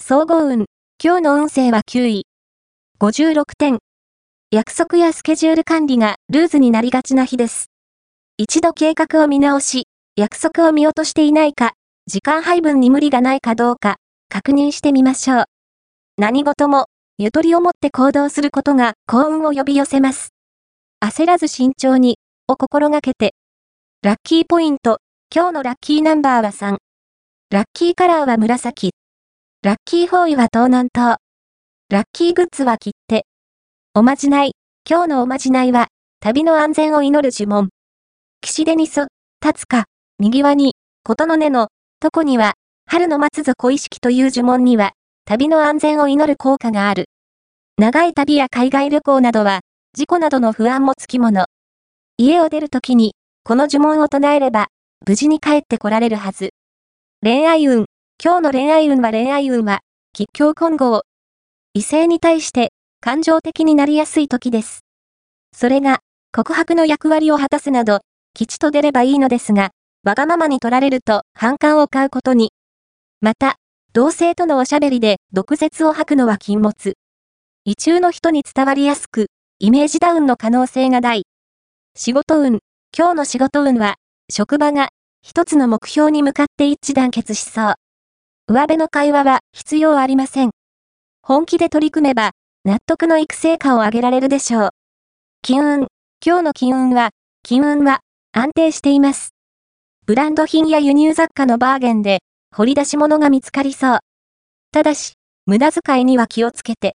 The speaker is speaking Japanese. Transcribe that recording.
総合運。今日の運勢は9位。56点。約束やスケジュール管理がルーズになりがちな日です。一度計画を見直し、約束を見落としていないか、時間配分に無理がないかどうか、確認してみましょう。何事も、ゆとりを持って行動することが幸運を呼び寄せます。焦らず慎重に、を心がけて。ラッキーポイント。今日のラッキーナンバーは3。ラッキーカラーは紫。ラッキー方位は東南東。ラッキーグッズは切手。おまじない。今日のおまじないは、旅の安全を祈る呪文。岸手に立つか、右輪に、ことの根の、床には、春の待つぞ小意識という呪文には、旅の安全を祈る効果がある。長い旅や海外旅行などは、事故などの不安もつきもの。家を出るときに、この呪文を唱えれば、無事に帰ってこられるはず。恋愛運。今日の恋愛運は、吉凶混合。異性に対して、感情的になりやすい時です。それが、告白の役割を果たすなど、吉と出ればいいのですが、わがままに取られると反感を買うことに。また、同性とのおしゃべりで毒舌を吐くのは禁物。意中の人に伝わりやすく、イメージダウンの可能性が大。仕事運。今日の仕事運は、職場が一つの目標に向かって一致団結しそう。上辺の会話は必要ありません。本気で取り組めば、納得のいく成果を上げられるでしょう。金運。今日の金運は安定しています。ブランド品や輸入雑貨のバーゲンで、掘り出し物が見つかりそう。ただし、無駄遣いには気をつけて。